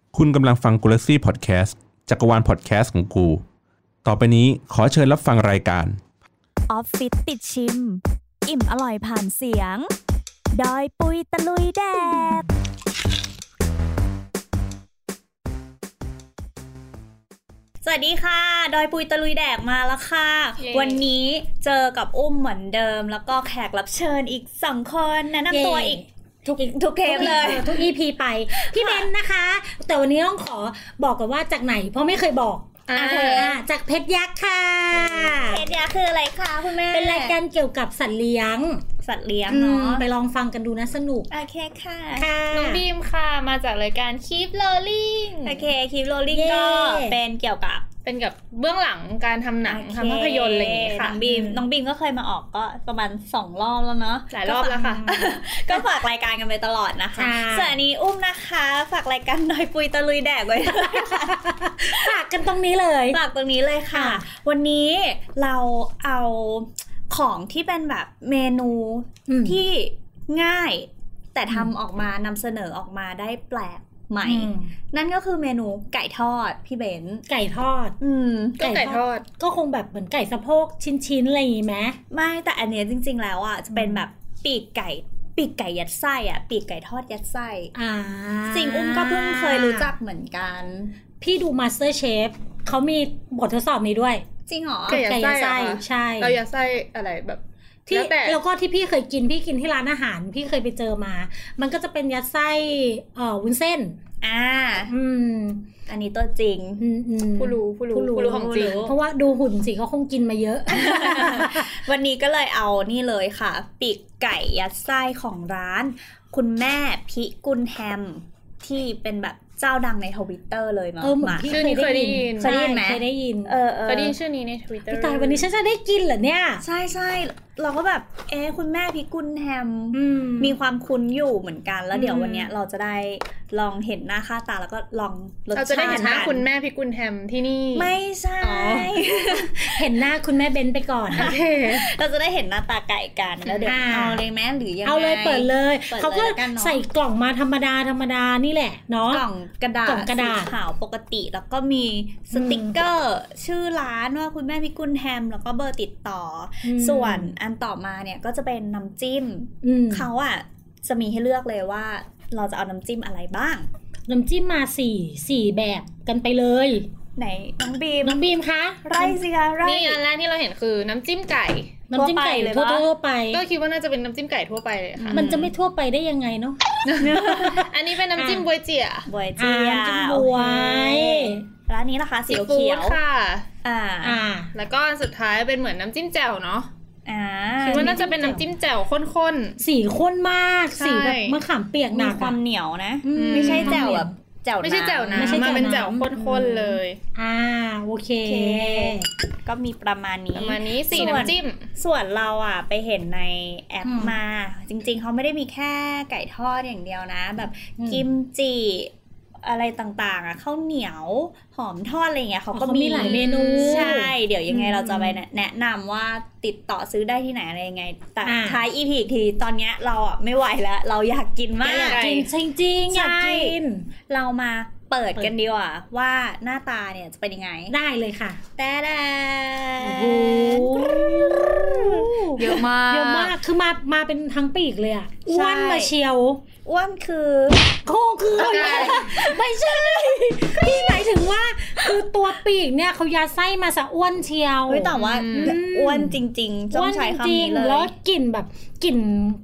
คุณกำลังฟัง Galaxy Podcast จักรวาลพอดแคสต์ของกูต่อไปนี้ขอเชิญรับฟังรายการออฟฟิศติดชิมอิ่มอร่อยผ่านเสียงดอยปุยตะลุยแดดสวัสดีค่ะดอยปุยตะลุยแดกมาแล้วค่ะ วันนี้เจอกับอุ้มเหมือนเดิมแล้วก็แขกรับเชิญอีก2คนแนะนำตัวอีกทุกเทปเลยทุก EP ไปพี่เบนนะคะแต่วันนี้ต้องขอบอกก่อนว่าจากไหนเพราะไม่เคยบอกจากเพชรยักษ์ค่ะเพชรยักษ์คืออะไรคะคุณแม่เป็นรายการเกี่ยวกับสัตว์เลี้ยงเนาะไปลองฟังกันดูนะสนุกโอเคค่ะน้องบีมค่ะมาจากรายการ Keep Rolling โอเค Keep Rolling ก็เป็นเกี่ยวกับเบื้องหลังการทำหนังทำภาพยนตร์อะไรอย่างเงี้ยค่ะน้องบีมก็เคยมาออกก็ประมาณ2รอบแล้วเนาะหลายรอบแล้วค่ะก็ฝากรายการกันไปตลอดนะคะส่วนอันนี้อุ้มนะคะฝากรายการดอยปุยตะลุยแดกไว้ฝากกันตรงนี้เลยฝากตรงนี้เลยค่ะวันนี้เราเอาของที่เป็นแบบเมนูที่ง่ายแต่ทำออกมานำเสนอออกมาได้แปลกใหม่นั่นก็คือเมนูไก่ทอดพี่เบนไก่ทอดไก่ทอดก็คงแบบเหมือนไก่สะโพกชิ้นๆอะไรอย่างงี้ไหมไม่แต่อันนี้จริงๆแล้วอ่ะจะเป็นแบบปีกไก่ยัดไส้อ่ะปีกไก่ทอดยัดไส้สิ่งอุ้มก็เพิ่งเคยรู้จักเหมือนกันพี่ดู Master Chef เขามีบททดสอบนี้ด้วยจริงเหรอไก่ยัดไส้ใช่เรายัดไส้อะไรแบบที่แล้วก็ที่พี่เคยกินที่ร้านอาหารพี่เคยไปเจอมามันก็จะเป็นยัดไส้วุ้นเส้นอันนี้ตัวจริงผู้รู้ของจริงเพราะว่าดูหุ่นสิเขาคงกินมาเยอะวันนี้ก็เลยเอานี่เลยค่ะปีกไก่ยัดไส้ของร้านคุณแม่พิกุลแฮมที่เป็นแบบเจ้าดังใน Twitter เลยมาชื่อนี้เคยได้ยินไหมเคยได้ยินเคยได้ยินชื่อนี้ใน Twitter แต่วันนี้ฉันจะได้กินเหรอเนี่ยใช่ๆเราก็แบบคุณแม่พิกุลแฮมมีความคุ้นอยู่เหมือนกันแล้วเดี๋ยววันนี้เราจะได้ลองเห็นหน้าค่าตาแล้วก็ลองรสชาติเราจะได้เห็นหน้าคุณแม่พิกุลแฮมที่นี่ไม่ใช่เห็นหน้าคุณแม่เบนไปก่อนเราจะได้เห็นหน้าตาไก่กันแล้วเดี๋ยวเอาเลยแม่หรือยังไงเอาเลยเปิดเลยเขาก็ใส่กล่องมาธรรมดานี่แหละเนาะกล่องกระดาษสีขาวปกติแล้วก็มีสติ๊กเกอร์ชื่อร้านว่าคุณแม่พิกุลแฮมแล้วก็เบอร์ติดต่อส่วนอันต่อมาเนี่ยก็จะเป็นน้ำจิ้มเขาอ่ะจะมีให้เลือกเลยว่าเราจะเอาน้ำจิ้มอะไรบ้างน้ำจิ้มมาสี่แบบกันไปเลยไหนน้องบีมคะไร่สิคะไร่นี่อันแรกที่เราเห็นคือน้ำจิ้มไก่เลยทั่วไปก็คิดว่าน่าจะเป็นน้ำจิ้มไก่ทั่วไปเลยค่ะมันจะไม่ทั่วไปได้ยังไงเนาะอันนี้เป็นน้ำจิ้มบวยเจี๋ยน้ำจิ้มบวยร้านนี้นะคะสีเขียวค่ะแล้วก็สุดท้ายเป็นเหมือนน้ำจิ้มแจ่วเนาะคิดว่าน่าจะเป็นน้ำจิ้มแจ่วข้นๆสีข้นมากสีแบบมะขามเปียกหนักความเหนียวนะไม่ใช่แจ่วแบบไม่ใช่แจ่วนะมาเป็นแจ่วข้นๆเลยโอเคก็มีประมาณนี้ 4น้ำจิ้มส่วนเราอ่ะไปเห็นในแอปมาจริงๆเขาไม่ได้มีแค่ไก่ทอดอย่างเดียวนะแบบกิมจิอะไรต่างๆอ่ะข้าวเหนียวหอมทอดอะไรเงี้ยเขาก็มีหลายเมนูใช่เดี๋ยวยังไงเราจะไปแนะนำว่าติดต่อซื้อได้ที่ไหนอะไรยังไงแต่ท้าย EP อีกทีตอนเนี้ยเราอ่ะไม่ไหวแล้วเราอยากกินมากอยากกินจริงๆอยากกินเรามาเปิดกันดีกว่าว่าหน้าตาเนี่ยจะเป็นยังไงได้เลยค่ะแต่เยอะมากคือมาเป็นทั้งปีกเลยอ่ะอ้วนมาเชียวอ้วนคือไม่ใช่พี่หมายถึงว่าคือตัวปีกเนี่ยเขายัดไส้มาซะอ้วนเชียวแต่ว่าอ้วนจริงๆต้องใช้คำนี้เลยแล้วกลิ่นแบบกลิ่น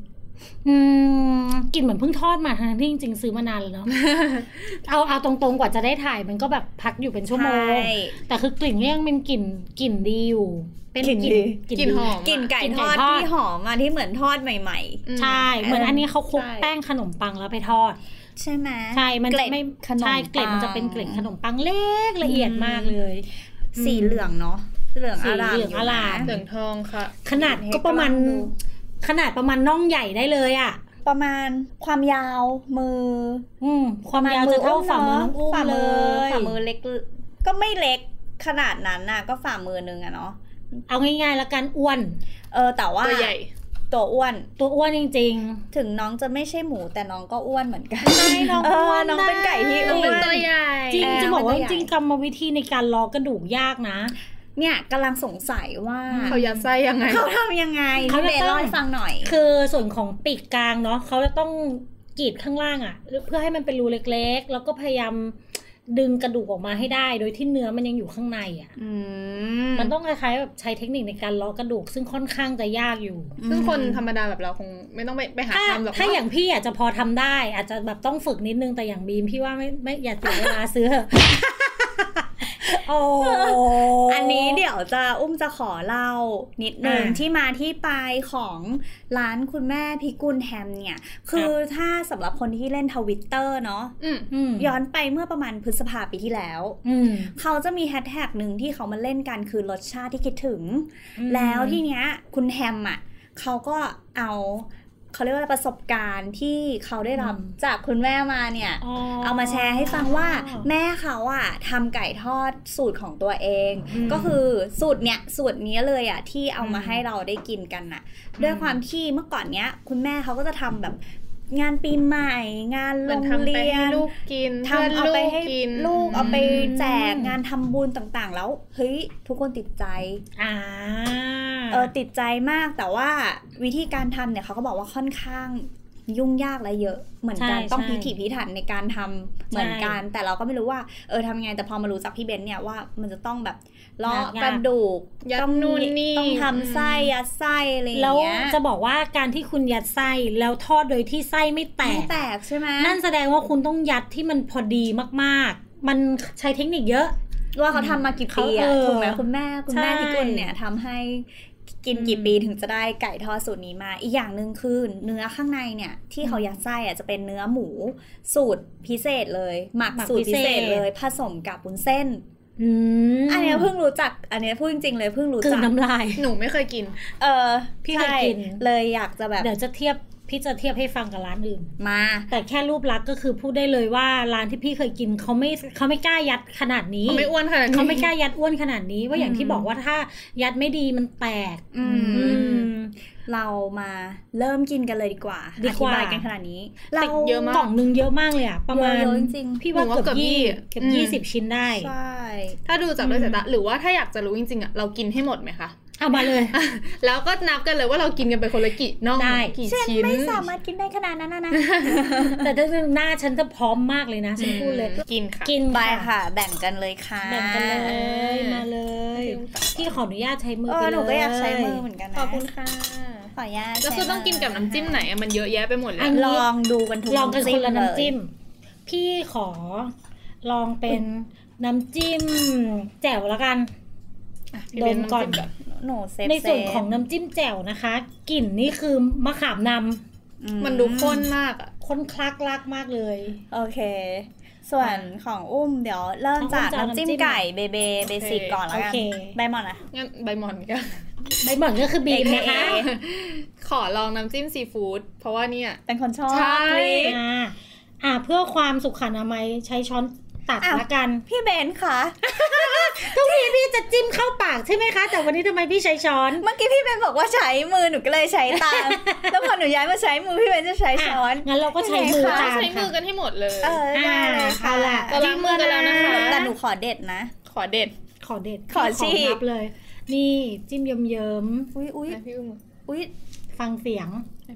เหมือนเพิ่งทอดมาทั้งที่จริงๆซื้อมานานแล้วเนาะเอาตรงๆกว่าจะได้ถ่ายมันก็แบบพักอยู่เป็นชั่วโมงแต่คือกลิ่นก็ยังเป็นกลิ่นดีอยู่เป็นกลิ่นหอมกลิ่นไก่ทอดที่หอมที่เหมือนทอดใหม่ๆใช่เหมือนอันนี้เขาคลุกแป้งขนมปังแล้วไปทอดใช่ไหมใช่มันจะไม่ใช่เกล็ดมันจะเป็นเกล็ดขนมปังเล็กละเอียดมากเลยสีเหลืองเนาะเหลืองอร่ามเหลืองทองค่ะขนาดก็ประมาณน่องใหญ่ได้เลยอ่ะประมาณความยาวมือความยาวจะเท่าฝ่ามือน้องอุ้มเลยฝ่ามือเล็กก็ไม่เล็กขนาดนั้นน่ะก็ฝ่ามือนึงอะเนาะเอาง่ายๆแล้วกันอ้วนแต่ว่าตัวใหญ่ตัวอ้วนจริงๆถึงน้องจะไม่ใช่หมูแต่น้องก็อ้วนเหมือนกันใช่น้องอ้วนน้องเป็นไก่ที่อ้วนตัวใหญ่จริงจะบอกว่าจริงกรรมวิธีในการล้อกระดูกยากนะเนี่ยกำลังสงสัยว่าเขายัดไส้ยังไงเขาทำยังไงเขาเล่าให้ฟังหน่อยคือส่วนของปีกกลางเนาะเขาจะต้องกรีดข้างล่างอ่ะเพื่อให้มันเป็นรูเล็กๆแล้วก็พยายามดึงกระดูกออกมาให้ได้โดยที่เนื้อมันยังอยู่ข้างในอ่ะมันต้องคล้ายๆแบบใช้เทคนิคในการล้อกระดูกซึ่งค่อนข้างจะยากอยู่ซึ่งคนธรรมดาแบบเราคงไม่ต้องไปหาทำหรอกถ้าอย่างพี่อาจจะพอทำได้อาจจะแบบต้องฝึกนิดนึงแต่อย่างบีมพี่ว่าไม่อย่าเสียเวลาซื้ออันนี้เดี๋ยวจะขอเล่านิดนึงที่มาที่ไปของร้านคุณแม่พิกุลแฮมเนี่ยคือถ้าสำหรับคนที่เล่น Twitter เนาะย้อนไปเมื่อประมาณพฤษภาคมปีที่แล้วเขาจะมีแฮชแท็กนึงที่เขามาเล่นกันคือรสชาติที่คิดถึงแล้วที่เนี้ยคุณแฮมอ่ะเขาก็เขาเรียกว่าประสบการณ์ที่เขาได้รับจากคุณแม่มาเนี่ยเอามาแชร์ให้ฟังว่าแม่เขาอะทำไก่ทอดสูตรของตัวเองก็คือสูตรนี้เลยอะที่เอามาให้เราได้กินกันน่ะด้วยความที่เมื่อก่อนเนี้ยคุณแม่เขาก็จะทำแบบงานปีใหม่งานโรงเรียนลูกกินทำเอาไปให้ลูกเอาไปแจกงานทำบุญต่างๆแล้วเฮ้ยทุกคนติดใจติดใจมากแต่ว่าวิธีการทำเนี่ยเขาก็บอกว่าค่อนข้างยุ่งยากและเยอะเหมือนกันต้องพิถีพิถันในการทำเหมือนกันแต่เราก็ไม่รู้ว่าทำไงแต่พอมารู้จากพี่เบนเนี่ยว่ามันจะต้องแบบเลาะกระดูกต้องนู่นนี่ต้องทำไส้ยัดไส้อะไรอย่างเงี้ยแล้วจะบอกว่าการที่คุณยัดไส้แล้วทอดโดยที่ไส้ไม่แตกใช่ไหมนั่นแสดงว่าคุณต้องยัดที่มันพอดีมากๆมันใช้เทคนิคเยอะว่าเขาทำมากี่ปีถูกไหมคุณแม่พี่กุลเนี่ยทำให้กินกี่ปีถึงจะได้ไก่ทอดสูตรนี้มาอีกอย่างนึงคือเนื้อข้างในเนี่ยที่เขายัดไส้จะเป็นเนื้อหมูสูตรพิเศษเลยหมักสูตรพิเศษเลยผสมกับวุ้นเส้นอันนี้เพิ่งรู้จักอันนี้พูดจริงๆเลยเพิ่งรู้จักน้ำลายหนูไม่เคยกินพี่เคยกินเลยอยากจะแบบเดี๋ยวจะพี่จะเทียบให้ฟังกับร้านอื่นมาแต่แค่รูปลักษณ์ก็คือพูดได้เลยว่าร้านที่พี่เคยกินเขาไม่กล้ายัดขนาดนี้เขาไม่อ้วนขนาดนี้เขาไม่กล้ายัดอ้วนขนาดนี้ว่าอย่างที่บอกว่าถ้ายัดไม่ดีมันแตกเรามาเริ่มกินกันเลยดีกว่าอธิบายกันขนาดนี้เราเยอะมากกล่องนึงเยอะมากเลยอ่ะประมาณจริงพี่ว่าเกือบ20ชิ้นได้ใช่ถ้าดูจากด้วยสายตาหรือว่าถ้าอยากจะรู้จริงๆอ่ะเรากินให้หมดไหมคะเอามาเลยแล้วก็นับกันเลยว่าเรากินกันไปคนละกี่น่องกี่ชิ้นไม่สามารถกินได้ขนาดนั้นนะแต่ถ้าหน้าฉันจะพร้อมมากเลยนะฉันพูดเลยกินค่ะกินไปค่ะแบ่งกันเลยค่ะแบ่งกันเลยมาเลยพี่ขออนุญาตใช้มือไปเลยหนูก็อยากใช้มือเหมือนกันนะขอบคุณค่ะขออนุญาตแล้วคือต้องกินกับน้ำจิ้มไหนมันเยอะแยะไปหมดเลยลองดูกันทุกลองกันคนละน้ำจิ้มพี่ขอลองเป็นน้ำจิ้มแจ่วแล้วกันโดนก่อนในส่วนของน้ำจิ้มแจ่วนะคะกลิ่นนี่คือมะขามนำมันดูข้นมากอ่ะข้นคลักมากเลยโอเคส่วนของอุ้มเดี๋ยวเริ่มจากน้ำจิ้มไก่เบสิกก่อนแล้วกันใบหม่อนงั้นใบหม่อนก็ใบหม่อนก็คือบีมนะคะขอลองน้ำจิ้มซีฟู้ดเพราะว่าเนี่ยเป็นคนชอบใช่เพื่อความสุขอนามัยใช้ช้อนตัดละกันพี่เบนค่ะทุกทีพี่จะจิ้มเข้าปากใช่ไหมคะแต่วันนี้ทำไมพี่ใช้ช้อนเมื่อกี้พี่เบนบอกว่าใช้มือหนูก็เลยใช้ตามแล้วพอหนูย้ายมาใช้มือพี่เบนจะใช้ช้อนงั้นเราก็ใช้มือตามใช้มือกันให้หมดเลยได้เลยค่ะจิ้มมือกันแล้วนะคะแต่หนูขอเด็ดนะขอเด็ดขอชีพเลยนี่จิ้มเยิ้มๆอุ้ยฟังเสียง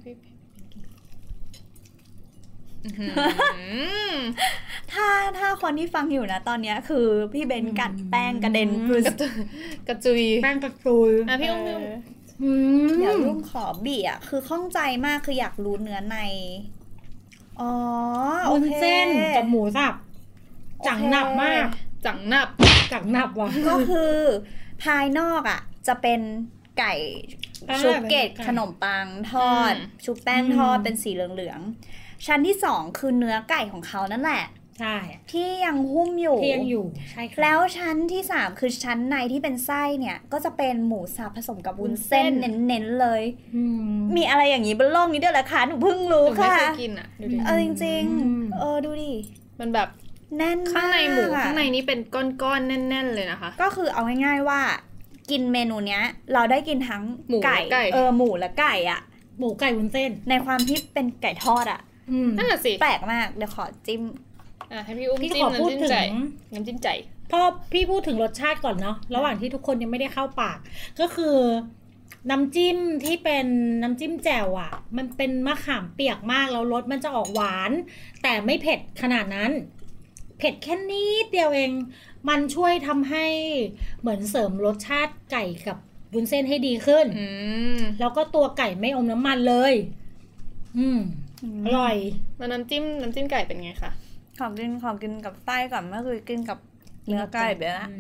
ถ้าคนที่ฟังอยู่นะตอนนี้คือพี่เบนกัดแป้งกระเด็นกระจุยแป้งกระจุยพี่อุ้มเดี๋ยวลุงขอบี่อ่ะคือข้องใจมากคืออยากรู้เนื้อในวุ้นเส้นกับหมูสับจังหนับมากจังหนับว่ะก็คือภายนอกอ่ะจะเป็นไก่ชุบเกล็ดขนมปังทอดชุบแป้งทอดเป็นสีเหลืองชั้นที่2คือเนื้อไก่ของเขานั่นแหละใช่ที่ยังหุ้มอยู่ใช่ค่ะแล้วชั้นที่3คือชั้นในที่เป็นไส้เนี่ยก็จะเป็นหมูสับผสมกับวุ้นเส้นเน้นๆเลยมีอะไรอย่างนี้บนโลกนี้ด้วยเหรอคะหนูเพิ่งรู้ค่ะหนูไม่เคยกินอ่ะจริงๆดูดิมันแบบแน่นข้างในหมูข้างในนี้เป็นก้อนๆแน่นๆเลยนะคะก็คือเอาง่ายๆว่ากินเมนูเนี้ยเราได้กินทั้งหมูไก่หมูและไก่อ่ะหมูไก่วุ้นเส้นในความที่เป็นไก่ทอดอ่ะนั่นแหละสิแปลกมากเดี๋ยวขอจิ้มให้พี่อุ้มจิ้มน้ำจิ้มใจพอพี่พูดถึงรสชาติก่อนเนาะระหว่างที่ทุกคนยังไม่ได้เข้าปากก็คือน้ำจิ้มที่เป็นน้ำจิ้มแจ่วอ่ะมันเป็นมะขามเปียกมากแล้วรสมันจะออกหวานแต่ไม่เผ็ดขนาดนั้นเผ็ดแค่นิดเดียวเองมันช่วยทำให้เหมือนเสริมรสชาติไก่กับวุ้นเส้นให้ดีขึ้นแล้วก็ตัวไก่ไม่อมน้ำมันเลยอร่อยแล้วน้ำจิ้มไก่เป็นไงคะขอกินกับไส้ก่อนเมื่อคือกินกับเนื้อไก่แบบนั้น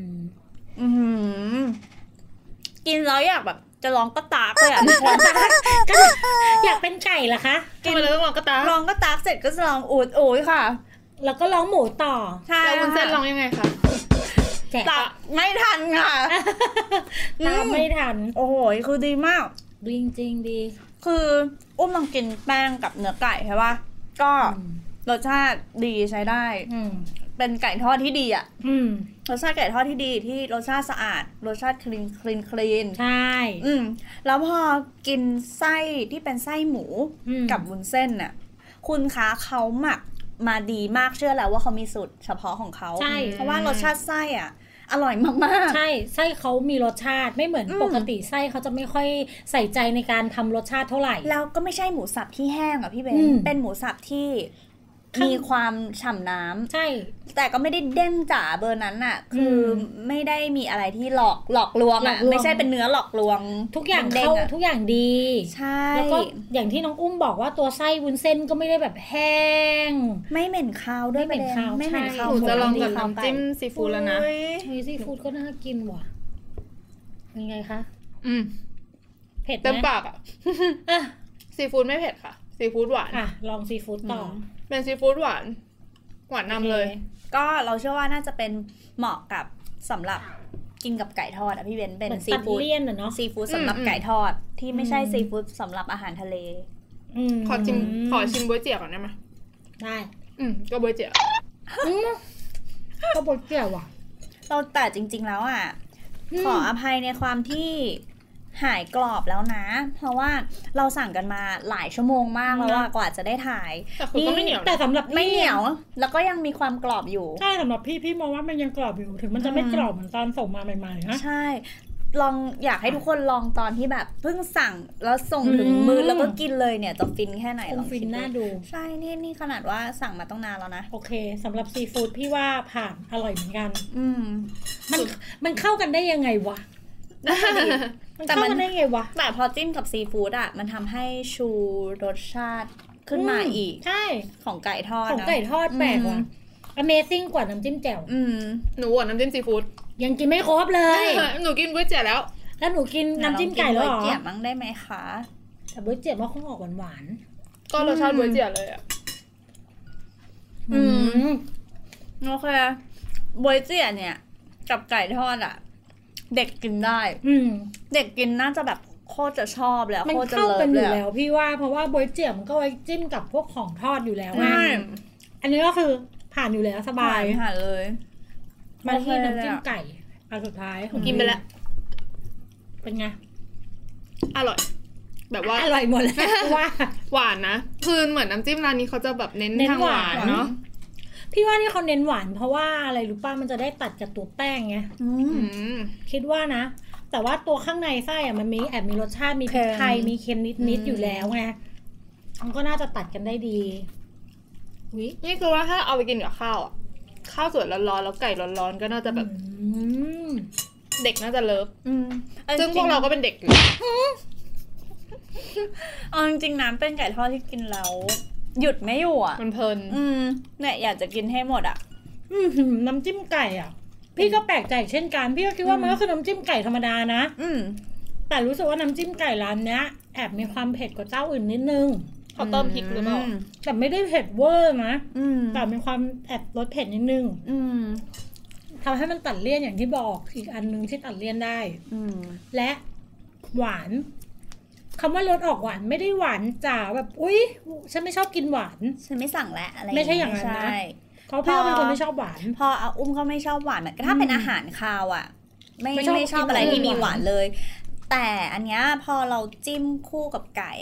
กินแล้วอยากแบบจะร้องกระตากเลยอ่ะอยากเป็นไก่เหรอคะกินแล้วต้องร้องกระตากเสร็จก็จะร้องอูดค่ะแล้วก็ร้องหมูต่อแล้ววุ้นเส้นร้องยังไงคะตักไม่ทันค่ะตามไม่ทันโอ้โหคือดีมากดีจริงๆดีคืออุ้มลองกินแป้งกับเนื้อไก่ใช่ป่ะก็รสชาติดีใช้ได้เป็นไก่ทอดที่ดีอ่ะรสชาติไก่ทอดที่ดีที่รสชาติสะอาดรสชาติคลีนใช่แล้วพอกินไส้ที่เป็นไส้หมูกับวุ้นเส้นน่ะคุณคะเขาหมักมาดีมากเชื่อแล้วว่าเขามีสูตรเฉพาะของเขาเพราะว่ารสชาติไส้อ่ะอร่อยมากๆใช่ไส้เขามีรสชาติไม่เหมือนปกติไส้เขาจะไม่ค่อยใส่ใจในการทำรสชาติเท่าไหร่แล้วก็ไม่ใช่หมูสับที่แห้งอ่ะพี่เบนเป็นหมูสับที่มีความฉ่ำน้ำใช่แต่ก็ไม่ได้เด้งจ๋าเบอร์นั้นน่ะคือไม่ได้มีอะไรที่หลอกลวงอ่ะไม่ใช่เป็นเนื้อหลอกลวงทุกอย่างเข้าทุกอย่างดีใช่แล้วก็อย่างที่น้องอุ้มบอกว่าตัวไส้วุ้นเส้นก็ไม่ได้แบบแห้งไม่เหม็นคาวด้วยไม่เหม็นคาวหนูจะลองกับน้ำจิ้มซีฟู้ดแล้วนะซีฟู้ดก็น่ากินว่ะยังไงคะเผ็ดไหมเต็มปากอ่ะซีฟู้ดไม่เผ็ดค่ะซีฟู้ดหวานลองซีฟู้ดต่อเป็นซีฟู้ดหวานนำเลยก็เราเชื่อว่าน่าจะเป็นเหมาะกับสำหรับกินกับไก่ทอดอ่ะพี่เบนเป็นซีฟู้ดซีฟู้ดสำหรับไก่ทอดที่ไม่ใช่ซีฟู้ดสำหรับอาหารทะเลขอชิมบ๊วยเจี๋ยก่อนได้ไหมได้ก็บ๊วยเจี๋ยก็บ๊วยเจี๋ยว่ะเราแต่จริงๆแล้วอ่ะขออภัยในความที่หายกรอบแล้วนะเพราะว่าเราสั่งกันมาหลายชั่วโมงมากแล้วกว่าจะได้ถ่ายก็ไม่เหนียวแต่สำหรับไม่เหนียวแล้วก็ยังมีความกรอบอยู่ใช่สำหรับพี่มองว่ามันยังกรอบอยู่ถึงมันจะไม่กรอบเหมือนตอนส่งมาใหม่ๆนะใช่ลองอยากให้ทุกคนลองตอนที่แบบเพิ่งสั่งแล้วส่งถึงมือแล้วก็กินเลยเนี่ยจะฟินแค่ไหนลองฟินน่าดูใช่นี่ขนาดว่าสั่งมาต้องนานแล้วนะโอเคสำหรับซีฟู้ดพี่ว่าผ่านอร่อยเหมือนกันมันเข้ากันได้ยังไงวะแต่มันได้ไงวะแต่พอจิ้มกับซีฟู้ดอ่ะมันทำให้ชูรสชาติขึ้นมาอีกใช่ของไก่ทอดของไก่ทอดแปลกว่ะ Amazing กว่าน้ำจิ้มแจ่วหนูอ่ะน้ำจิ้มซีฟู้ดยังกินไม่ครบเลยหนูกินก๋วยเตี๋ยวแล้วหนูกินน้ำจิ้มไก่แล้วหรอก๋วยเตี๋ยวมั้งได้ไหมคะแต่ก๋วยเตี๋ยวมันคงออกหวานก็รสชาติก๋วยเตี๋ยวเลยอ่ะโอเคก๋วยเตี๋ยวเนี่ยกับไก่ทอดอ่ะเด็กกินได้เด็กกินน่าจะแบบโคตรจะชอบแล้วโคตรจะเลิฟเลยมันเข้ากันอยู่แล้วพี่ว่าเพราะว่าบ๊วยเตี๋ยวมันก็ไว้จิ้มกับพวกของทอดอยู่แล้วไงอันนี้ก็คือผ่านอยู่แล้วสบายผ่านเลยมาที่น้ำจิ้มไก่อันสุดท้ายกินไปแล้วเป็นไงอร่อยแบบว่าอร่อยหมดเลยว่าหวานนะคือเหมือนน้ำจิ้มร้านนี้เขาจะแบบเน้นทางหวานเนาะพี่ว่าที่เขาเน้นหวานเพราะว่าอะไรรู้ป่ะมันจะได้ตัดกับตัวแป้งไงคิดว่านะแต่ว่าตัวข้างในไส้อะมันมีแอบมีรสชาติมีพริกไทยมีเค็มนิดๆอยู่แล้วไงมันก็น่าจะตัดกันได้ดีนี่คือว่าถ้าเอาไปกินกับข้าวอ่ะข้าวสวยร้อนๆแล้วไก่ร้อนๆก็น่าจะแบบเด็กน่าจะเลิฟซึ่งพวกเราก็เป็นเด็กอยู่จริงๆน้ำเป็นไก่ทอดที่กินแล้วหยุดไม่อยู่อ่ะมันเพลินเนี่ยอยากจะกินให้หมดอ่ะน้ำจิ้มไก่อ่ะพี่ก็แปลกใจเช่นกันพี่ก็คิดว่ามันก็คือน้ำจิ้มไก่ธรรมดานะแต่รู้สึกว่าน้ำจิ้มไก่ร้านเนี้ยแอบมีความเผ็ดกว่าเจ้าอื่นนิดนึงเขาเติมพริกหรือเปล่าแต่ไม่ได้เผ็ดเวอร์นะแต่มีความแอบรสเผ็ดนิดนึงทำให้มันตัดเลี่ยนอย่างที่บอกอีกอันนึงที่ตัดเลี่ยนได้และหวานคำว่ารสออกหวานไม่ได้หวานจ๋าแบบอุ๊ยฉันไม่ชอบกินหวานฉันไม่สั่งแล้วอะไรไม่ใช่อย่างนั้นนะเขาพี่เป็นคนไม่ชอบหวานพออุ้มก็ไม่ชอบหวานถ้าเป็นอาหารคาวอ่ะไม่ชอบอะไรที่มีหวานเลยแต่อันเนี้ยพอเราจิ้มคู่กับไก่อ่ะ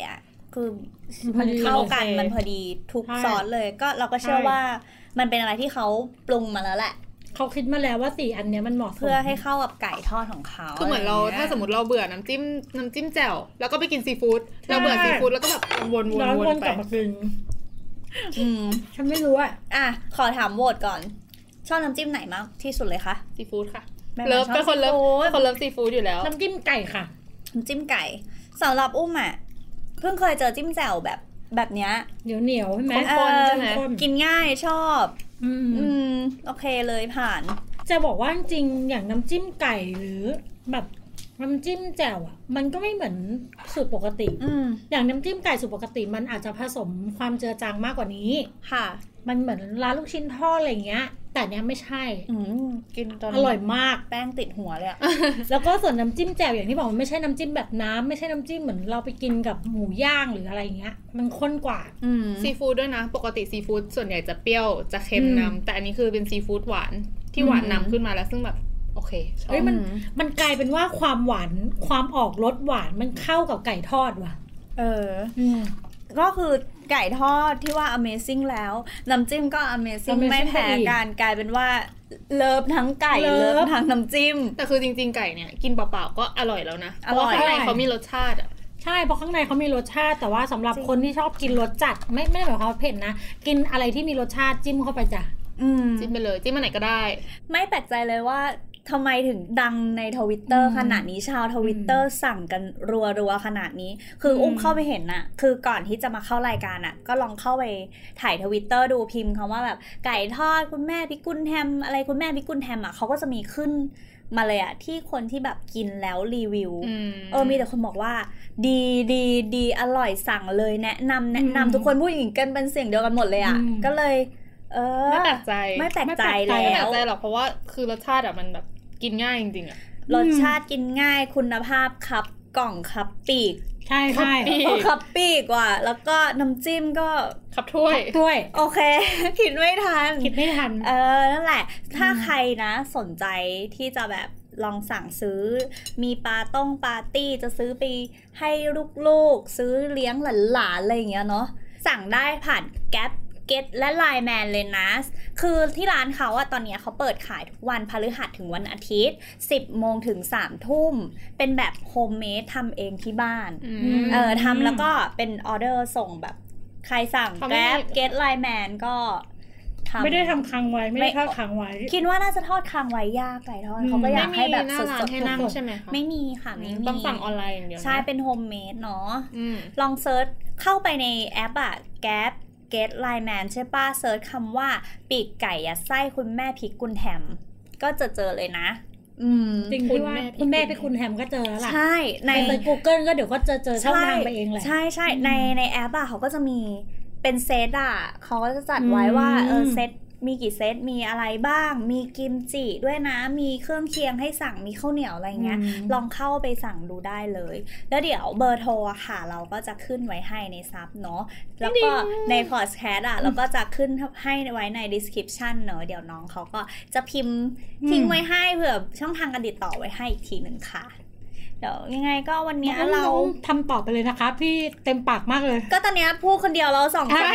คือมันเข้ากันมันพอดีทุกซอสเลยก็เราก็เชื่อว่ามันเป็นอะไรที่เขาปรุงมาแล้วแหละเขาคิดมาแล้วว่า4อันเนี้ยมันเหมาะเพื่อให้เข้ากับไก่ทอดของเขาคือเหมือนเราถ้าสมมติเราเบื่อน้ำจิ้มแจ่วแล้วก็ไปกินซีฟู้ดเราเบื่อซีฟู้ดแล้วก็แบบวนๆไปกลับมากินฉันไม่รู้อ่ะขอถามโหวตก่อนชอบน้ำจิ้มไหนมากที่สุดเลยคะซีฟู้ดค่ะเลิฟเป็นคนเลิฟซีฟู้ดอยู่แล้วน้ำจิ้มไก่ค่ะน้ำจิ้มไก่สำหรับอุ้มเพิ่งเคยเจอจิ้มแจ่วแบบเนี้ยเหนียวใช่ไหมคนใช่ไหมกินง่ายชอบโอเคเลยผ่านจะบอกว่าจริงอย่างน้ำจิ้มไก่หรือแบบน้ำจิ้มแจ่วมันก็ไม่เหมือนสูตรปกติอย่างน้ำจิ้มไก่สูตรปกติมันอาจจะผสมความเจือจางมากกว่านี้ค่ะมันเหมือนร้านลูกชิ้นทอดอะไรเงี้ยแต่เนี้ยไม่ใช่กินตอนอร่อยมากแป้งติดหัวเลยแล้วก็ส่วนน้ำจิ้มแจ่วอย่างที่บอกมันไม่ใช่น้ำจิ้มแบบน้ำไม่ใช่น้ำจิ้มเหมือนเราไปกินกับหมูย่างหรืออะไรเงี้ยมันข้นกว่าซีฟู้ดด้วยนะปกติซีฟู้ดส่วนใหญ่จะเปรี้ยวจะเค็มนำแต่อันนี้คือเป็นซีฟู้ดหวานที่หวานนำขึ้นมาแล้วซึ่งแบบโอเคเฮ้ยมันกลายเป็นว่าความหวานความออกรสหวานมันเข้ากับไก่ทอดว่ะก็คือไก่ทอดที่ว่า Amazing แล้วน้ำจิ้มก็ Amazing ไม่แพ้กันกลายเป็นว่าเลิฟทั้งไก่เลิฟทั้งน้ำจิ้มแต่คือจริงๆไก่เนี่ยกินเปล่าๆก็อร่อยแล้วนะเพราะว่าข้างในเขามีรสชาติใช่เพราะข้างในเขามีรสชาติแต่ว่าสำหรับคนที่ชอบกินรสจัดไม่ได้หมายความว่าเผ็ดนะกินอะไรที่มีรสชาติจิ้มเข้าไปจ้ะจิ้มไปเลยจิ้มมาไหนก็ได้ไม่แปลกใจเลยว่าทำไมถึงดังใน Twitter ขนาดนี้ชาว Twitter สั่งกันรัวๆขนาดนี้คืออุ้มเข้าไปเห็นน่ะคือก่อนที่จะมาเข้ารายการก็ลองเข้าไปถ่าย Twitter ดูพิมพ์คำว่าแบบไก่ทอดคุณแม่พิกุลแฮมอะไรคุณแม่พิกุลแฮมเขาก็จะมีขึ้นมาเลยที่คนที่แบบกินแล้วรีวิวมีแต่คนบอกว่าดีอร่อยสั่งเลยแนะนำทุกคนพูดอย่างกันเป็นเสียงเดียวกันหมดเลยก็เลยไม่แปลกใจแล้วหรอกเพราะว่าคือรสชาติมันแบบกินง่ายจริงๆรสชาติกินง่ายคุณภาพครับกล่องครับปีกใช่ครับปีกว่ะแล้วก็น้ำจิ้มก็ครับถ้วยโอเคคิดไม่ทันนั่นแหละถ้าใครนะสนใจที่จะแบบลองสั่งซื้อมีปาร์ตี้จะซื้อไปให้ลูกๆซื้อเลี้ยงหลานๆอะไรอย่างเงี้ยเนาะสั่งได้ผ่านแก๊ปเก็ตและไลน์แมนเลยนะคือที่ร้านเขาตอนนี้เขาเปิดขายทุกวันพฤหัสถึงวันอาทิตย์ 10 โมงถึง 3 ทุ่มเป็นแบบโฮมเมดทำเองที่บ้านทำแล้วก็เป็นออเดอร์ส่งแบบใครสั่งแกร็บเก็ตไลน์แมนก็ไม่ได้ทำค้างไว้ไม่ได้ทอดค้างไว้คิดว่าน่าจะทอดค้างไว้ยากไก่ทอดเขาก็อยากให้แบบสดๆให้นั่งใช่ไหมคะไม่มีค่ะไม่มีต้องสั่งออนไลน์อย่างเดียวใช่เป็นโฮมเมดเนาะลองเซิร์ชเข้าไปในแอปแก๊ปเก็ตไลน์แมนใช่ป่ะเซิร์ชคำว่าปีกไก่ยัดไส้คุณแม่พิกุลแฮมก็จะเจอเลยนะจริงที่ว่าคุณแม่พิกุลแฮมก็เจอแล้วล่ะใช่ใน Google ก็เดี๋ยวก็เจอช่องทางไปเองแหละใช่ในแอปเขาก็จะมีเป็นเซตเขาก็จะจัดไว้ว่าเซตมีกี่เซตมีอะไรบ้างมีกิมจิด้วยนะมีเครื่องเคียงให้สั่งมีข้าวเหนียวอะไรเงี้ยลองเข้าไปสั่งดูได้เลยแล้วเดี๋ยวเบอร์โทรค่ะเราก็จะขึ้นไว้ให้ในซับเนาะแล้วก็ในพอดแคสต์เราก็จะขึ้นให้ไว้ใน description เนาะเดี๋ยวน้องเขาก็จะพิมพ์ทิ้งไว้ให้เผื่อช่องทางการติดต่อไว้ให้อีกทีนึงค่ะเดี๋ยวยังไงก็วันนี้เราทำต่อไปเลยนะคะพี่เต็มปากมากเลยก็ตอนนี้พูดคนเดียวเรา2 คน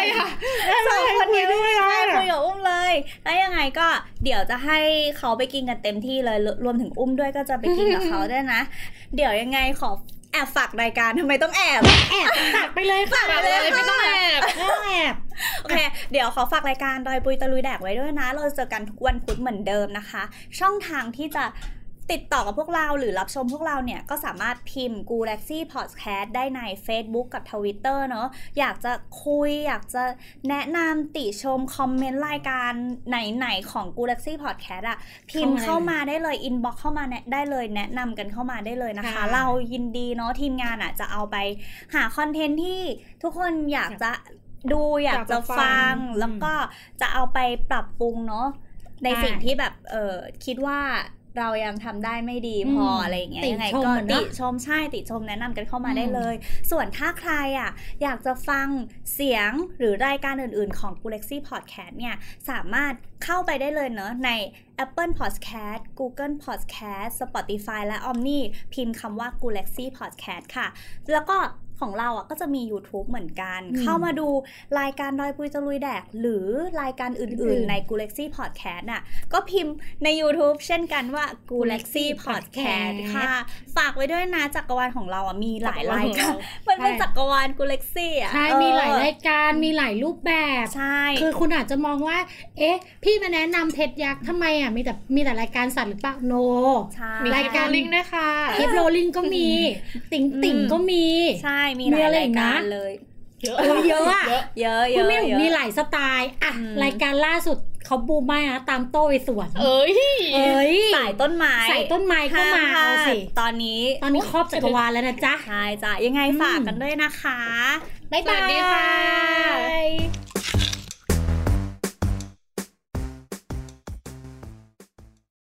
2 คนนี้ด้วยคุยกับอุ้มเลยแล้วยังไงก็เดี๋ยวจะให้เขาไปกินกันเต็มที่เลยรวมถึงอุ้มด้วยก็จะไปกินกับเขาด้วยนะเดี๋ยวยังไงขอแอบฝากรายการทำไมต้องแอบฝากไปเลยค่ะไม่ต้องแอบโอเคเดี๋ยวขอฝากรายการดอยปุยตะลุยแดกไว้ด้วยนะเราเจอกันทุกวันพุธเหมือนเดิมนะคะช่องทางที่จะติดต่อกับพวกเราหรือรับชมพวกเราเนี่ยก็สามารถพิมพ์ Galaxy Podcast ได้ใน Facebook กับ Twitter เนาะอยากจะคุยอยากจะแนะนำติชมคอมเมนต์รายการไหนๆของ Galaxy Podcast พิมพ์เข้ามาได้เลย inbox เข้ามาได้เลยแนะนำกันเข้ามาได้เลยนะคะเรายินดีเนาะทีมงานจะเอาไปหาคอนเทนต์ที่ทุกคนอยากจะดูอยากจะฟังแล้วก็จะเอาไปปรับปรุงเนาะในสิ่งที่แบบคิดว่าเรายังทำได้ไม่ดีพออะไรอย่างเงี้ยยังไงก็ติชมแนะนำกันเข้ามาได้เลยส่วนถ้าใครอยากจะฟังเสียงหรือรายการอื่นๆของ Galaxy Podcast เนี่ยสามารถเข้าไปได้เลยเนอะใน Apple Podcast Google Podcast Spotify และ Omni พิมพ์คำว่า Galaxy Podcast ค่ะแล้วก็ของเราอ่ะก็จะมี YouTube เหมือนกันเข้ามาดูรายการดอยปุยตะลุยแดกหรือรายการอื่นๆใน Galaxy Podcast น่ะก็พิมพ์ใน YouTube เช่นกันว่า Galaxy Podcast ค่ะฝากไว้ด้วยนะจักรวาลของเราอ่ะมีหลายรายการมันเป็นจักรวาล Galaxy อ่ะใช่มีหลายรายการมีหลายรูปแบบใช่คือคุณอาจจะมองว่าเอ๊ะพี่มาแนะนำเพชรยักษ์ทำไมอ่ะมีแต่รายการสัตว์หรือเปล่าโนรายการลิงด้วยค่ะคลิปโรลลิงก็มีติ๋งก็มีใช่มีหลายรายการเลยเยอะอ่ะเยอะคุณไม่มีหลายสไตล์อ่ะรายการล่าสุดเขาบูมมากนะตามโต้ไปสวนสายต้นไม้ก็มาเอาสิตอนนี้ครอบจักรวาลแล้วนะจ๊ะใช่จ้ะยังไงฝากกันด้วยนะคะบ๊ายบาย